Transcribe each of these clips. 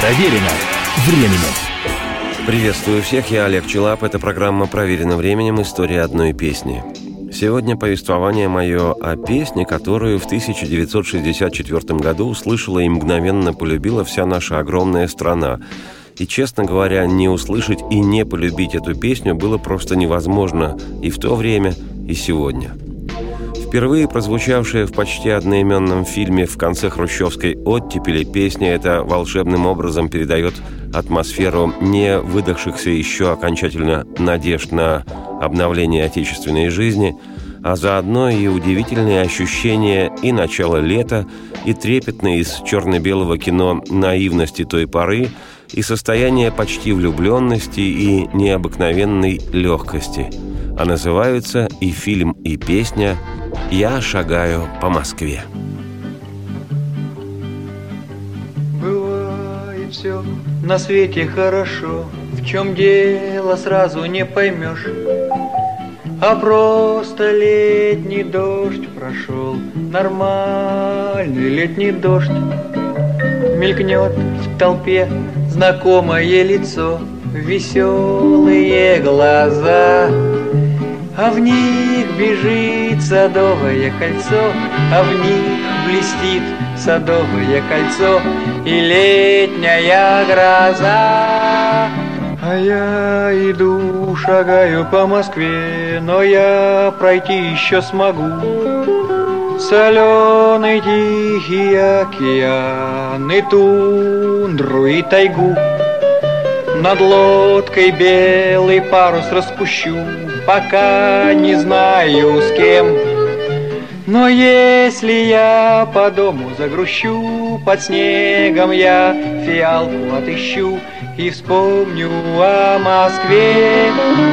Проверено временем. Приветствую всех, я Олег Челап. Это программа «Проверено временем. История одной песни». Сегодня повествование мое о песне, которую в 1964 году услышала и мгновенно полюбила вся наша огромная страна. И, честно говоря, не услышать и не полюбить эту песню было просто невозможно и в то время, и сегодня. Впервые прозвучавшая в почти одноименном фильме «В конце хрущевской оттепели» песня эта волшебным образом передает атмосферу не выдохшихся еще окончательно надежд на обновление отечественной жизни, а заодно и удивительные ощущения и начала лета, и трепетной из черно-белого кино наивности той поры, и состояние почти влюбленности и необыкновенной легкости. А называются и фильм, и песня «Я шагаю по Москве». Бывает все на свете хорошо, в чем дело сразу не поймешь. А просто летний дождь прошел, нормальный летний дождь. Мелькнет в толпе знакомое лицо, веселые глаза, а в них бежит садовое кольцо, а в них блестит садовое кольцо и летняя гроза. А я иду, шагаю по Москве, но я пройти еще смогу. Соленый тихий океан и тундру и тайгу. Над лодкой белый парус распущу, пока не знаю с кем. Но если я по дому загрущу, под снегом я фиалку отыщу и вспомню о Москве.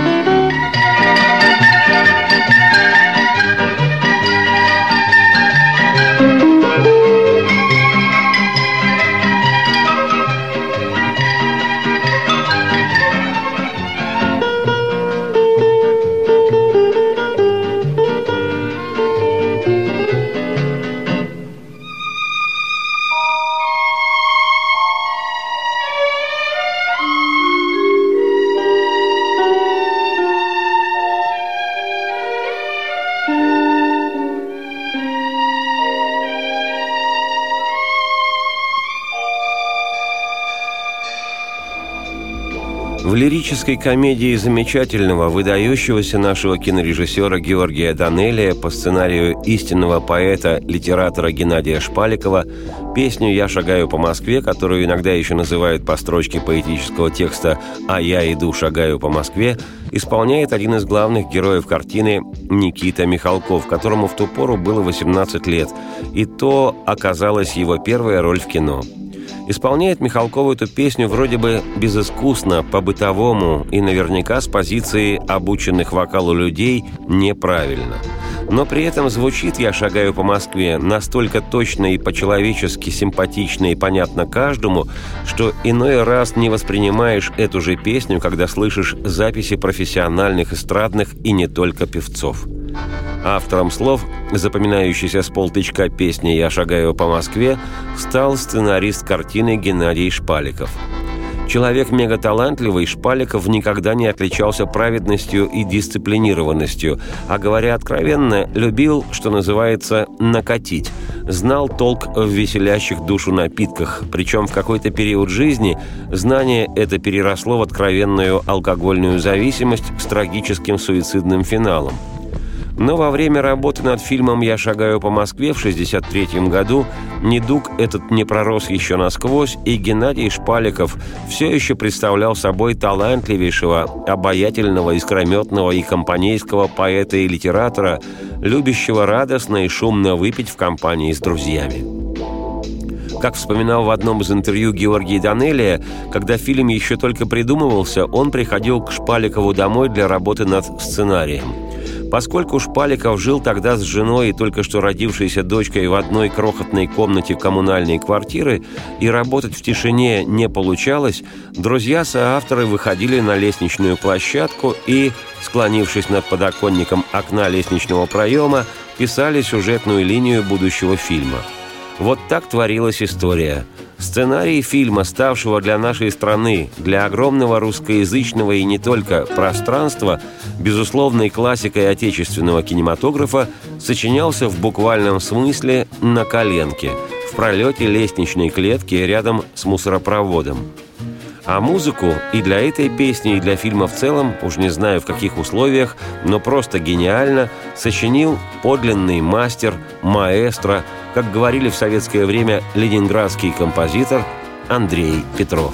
В лирической комедии замечательного, выдающегося нашего кинорежиссера Георгия Данелия по сценарию истинного поэта, литератора Геннадия Шпаликова песню «Я шагаю по Москве», которую иногда еще называют по строчке поэтического текста «А я иду, шагаю по Москве», исполняет один из главных героев картины Никита Михалков, которому в ту пору было 18 лет, и то оказалась его первая роль в кино. Исполняет Михалков эту песню вроде бы безыскусно, по-бытовому и наверняка с позиции обученных вокалу людей неправильно. Но при этом звучит «Я шагаю по Москве» настолько точно и по-человечески симпатично и понятно каждому, что иной раз не воспринимаешь эту же песню, когда слышишь записи профессиональных эстрадных и не только певцов. Автором слов, запоминающейся с полтычка песни «Я шагаю по Москве», стал сценарист картины Геннадий Шпаликов. Человек мегаталантливый, Шпаликов никогда не отличался праведностью и дисциплинированностью, а, говоря откровенно, любил, что называется, накатить. Знал толк в веселящих душу напитках, причем в какой-то период жизни знание это переросло в откровенную алкогольную зависимость с трагическим суицидным финалом. Но во время работы над фильмом «Я шагаю по Москве» в 1963 году недуг этот не пророс еще насквозь, и Геннадий Шпаликов все еще представлял собой талантливейшего, обаятельного, искрометного и компанейского поэта и литератора, любящего радостно и шумно выпить в компании с друзьями. Как вспоминал в одном из интервью Георгий Данелия, когда фильм еще только придумывался, он приходил к Шпаликову домой для работы над сценарием. Поскольку Шпаликов жил тогда с женой и только что родившейся дочкой в одной крохотной комнате коммунальной квартиры и работать в тишине не получалось, друзья-соавторы выходили на лестничную площадку и, склонившись над подоконником окна лестничного проема, писали сюжетную линию будущего фильма. Вот так творилась история. Сценарий фильма, ставшего для нашей страны, для огромного русскоязычного и не только пространства, безусловной классикой отечественного кинематографа, сочинялся в буквальном смысле на коленке, в пролете лестничной клетки рядом с мусоропроводом. А музыку и для этой песни, и для фильма в целом, уж не знаю в каких условиях, но просто гениально, сочинил подлинный мастер, маэстро, как говорили в советское время, ленинградский композитор Андрей Петров.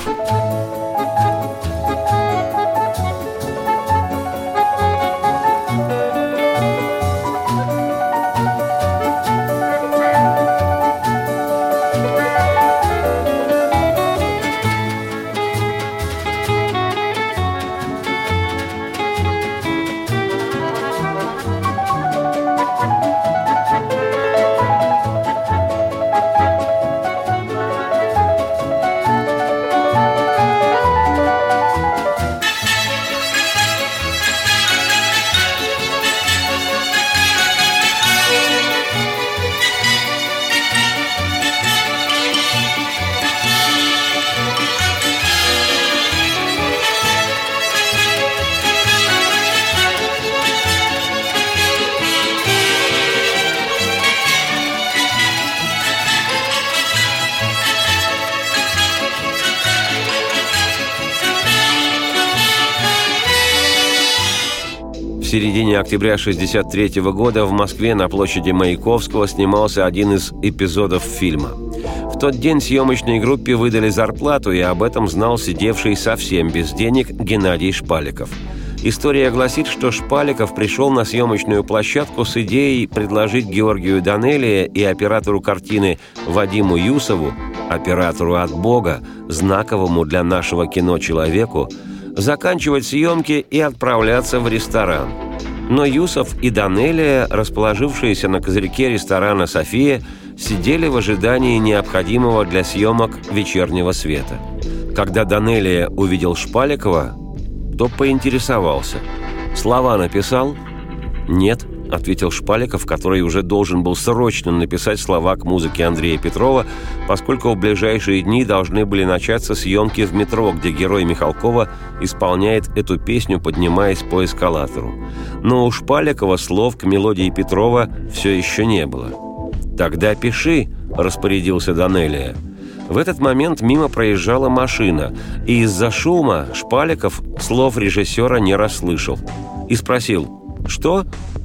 В середине октября 1963 года в Москве на площади Маяковского снимался один из эпизодов фильма. В тот день съемочной группе выдали зарплату, и об этом знал сидевший совсем без денег Геннадий Шпаликов. История гласит, что Шпаликов пришел на съемочную площадку с идеей предложить Георгию Данелия и оператору картины Вадиму Юсову, оператору от Бога, знаковому для нашего кино человеку, заканчивать съемки и отправляться в ресторан. Но Юсов и Данелия, расположившиеся на козырьке ресторана «София», сидели в ожидании необходимого для съемок вечернего света. Когда Данелия увидел Шпаликова, то поинтересовался. «Слова написал?» «Нет», — ответил Шпаликов, который уже должен был срочно написать слова к музыке Андрея Петрова, поскольку в ближайшие дни должны были начаться съемки в метро, где герой Михалкова исполняет эту песню, поднимаясь по эскалатору. Но у Шпаликова слов к мелодии Петрова все еще не было. «Тогда пиши», — распорядился Данелия. В этот момент мимо проезжала машина, и из-за шума Шпаликов слов режиссера не расслышал. И спросил: «Что?»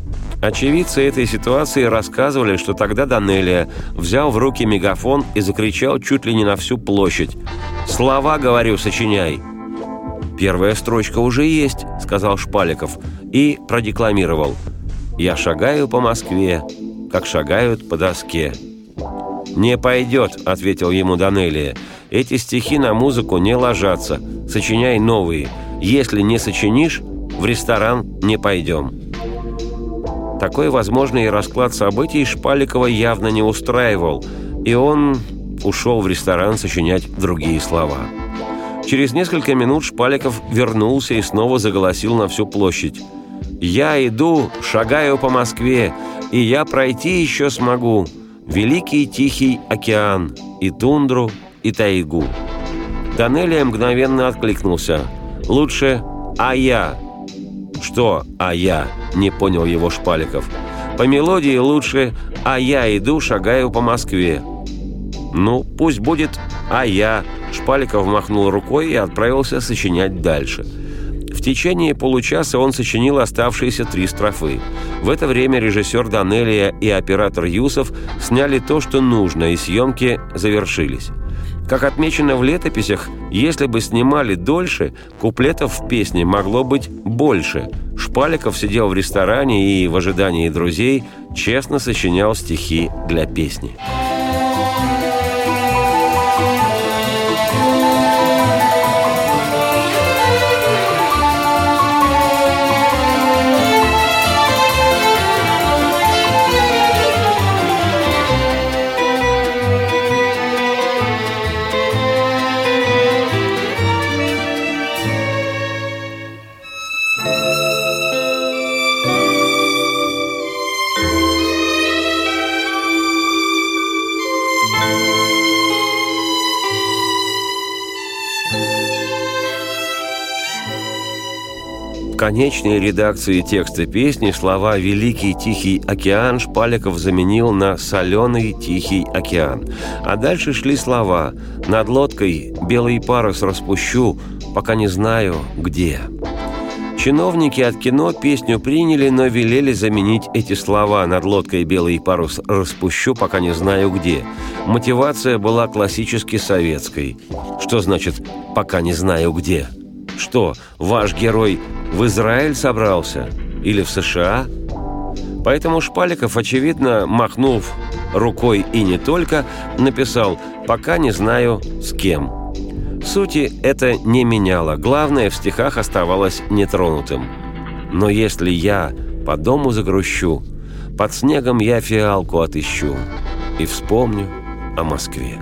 Очевидцы этой ситуации рассказывали, что тогда Данелия взял в руки мегафон и закричал чуть ли не на всю площадь: «Слова, говорю, сочиняй!» «Первая строчка уже есть», — сказал Шпаликов, и продекламировал: «Я шагаю по Москве, как шагают по доске». «Не пойдет», — ответил ему Данелия. «Эти стихи на музыку не ложатся. Сочиняй новые. Если не сочинишь, в ресторан не пойдем». Такой возможный расклад событий Шпаликова явно не устраивал, и он ушел в ресторан сочинять другие слова. Через несколько минут Шпаликов вернулся и снова заголосил на всю площадь: «Я иду, шагаю по Москве, и я пройти еще смогу великий тихий океан, и тундру, и тайгу». Данелия мгновенно откликнулся: «Лучше «а я». «Что «а я»?» — не понял его Шпаликов. «По мелодии лучше «а я иду, шагаю по Москве». «Ну, пусть будет «а я». Шпаликов махнул рукой и отправился сочинять дальше. В течение получаса он сочинил оставшиеся 3 строфы. В это время режиссер Данелия и оператор Юсов сняли то, что нужно, и съемки завершились. Как отмечено в летописях, если бы снимали дольше, куплетов в песне могло быть больше. Шпаликов сидел в ресторане и, в ожидании друзей, честно сочинял стихи для песни. конечной редакции текста песни слова «Великий Тихий океан» Шпаликов заменил на «Соленый Тихий океан». А дальше шли слова «Над лодкой белый парус распущу, пока не знаю, где». Чиновники от кино песню приняли, но велели заменить эти слова «Над лодкой белый парус распущу, пока не знаю где». Мотивация была классически советской. Что значит «пока не знаю где»? Что, ваш герой в Израиль собрался? Или в США? Поэтому Шпаликов, очевидно, махнув рукой и не только, написал «пока не знаю с кем». Сути это не меняло, главное в стихах оставалось нетронутым. «Но если я по дому загрущу, под снегом я фиалку отыщу и вспомню о Москве».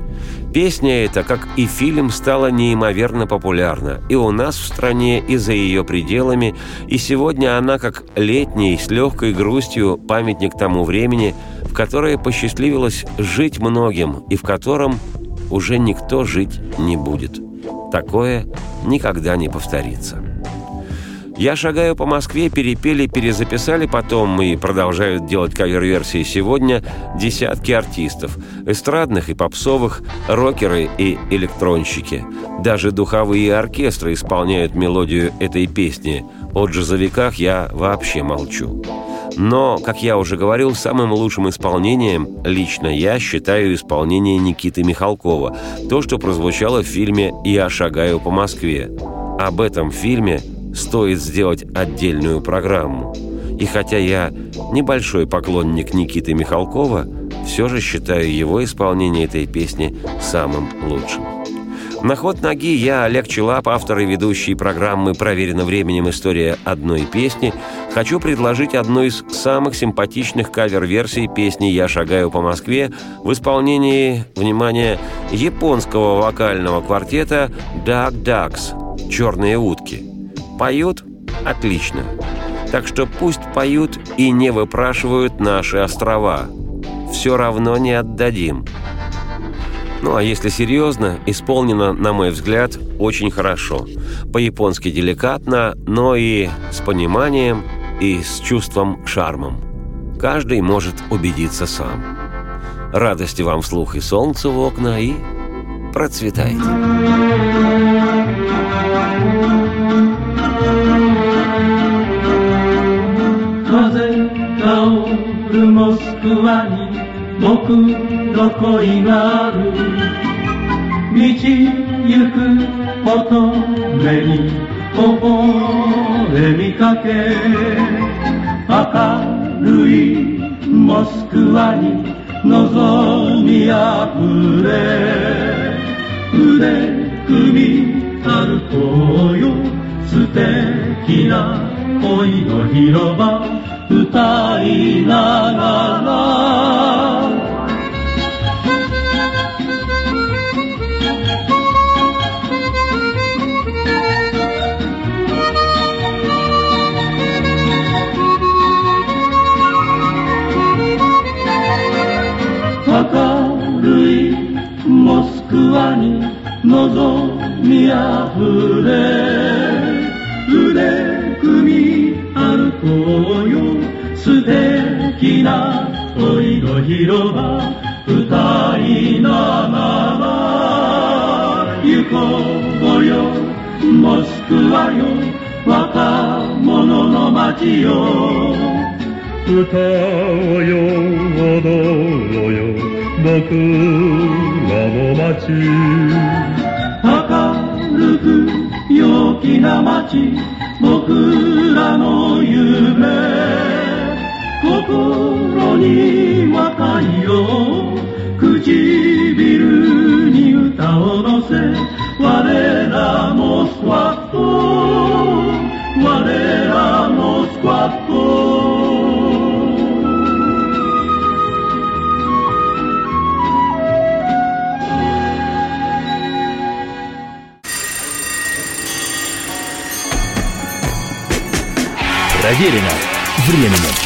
Песня эта, как и фильм, стала неимоверно популярна и у нас в стране, и за ее пределами, и сегодня она, как летний, с легкой грустью, памятник тому времени, в которое посчастливилось жить многим и в котором уже никто жить не будет. Такое никогда не повторится. «Я шагаю по Москве» перепели, перезаписали потом и продолжают делать кавер-версии сегодня десятки артистов, эстрадных и попсовых, рокеры и электронщики. Даже духовые оркестры исполняют мелодию этой песни. О джазовиках я вообще молчу. Но, как я уже говорил, самым лучшим исполнением лично я считаю исполнение Никиты Михалкова, то, что прозвучало в фильме «Я шагаю по Москве». Об этом фильме стоит сделать отдельную программу. И хотя я небольшой поклонник Никиты Михалкова, все же считаю его исполнение этой песни самым лучшим. На ход ноги я, Олег Челап, автор и ведущий программы «Проверено временем. История одной песни», хочу предложить одну из самых симпатичных кавер-версий песни «Я шагаю по Москве» в исполнении, внимание, японского вокального квартета «Duck Ducks» «Черные утки». Поют? Отлично. Так что пусть поют и не выпрашивают наши острова. Все равно не отдадим. Ну, а если серьезно, исполнено, на мой взгляд, очень хорошо. По-японски деликатно, но и с пониманием, и с чувством шармом. Каждый может убедиться сам. Радости вам вслух и солнца в окна, и процветайте. モスクワに僕の恋がある道行く乙女に微笑みかけ明るいモスクワに望みあふれ腕組み歩こうよ素敵な恋の広場歌いながら明るいモスクワに望みあふれ腕組み歩こうよ素敵な恋の広場歌いながら行こうよモスクワよ若者の街よ歌おうよ踊ろうよ僕らの街明るく陽気な街僕らの夢心に若いよ唇に歌を乗せ我らモスクワと我らモスクワと Проверено временем.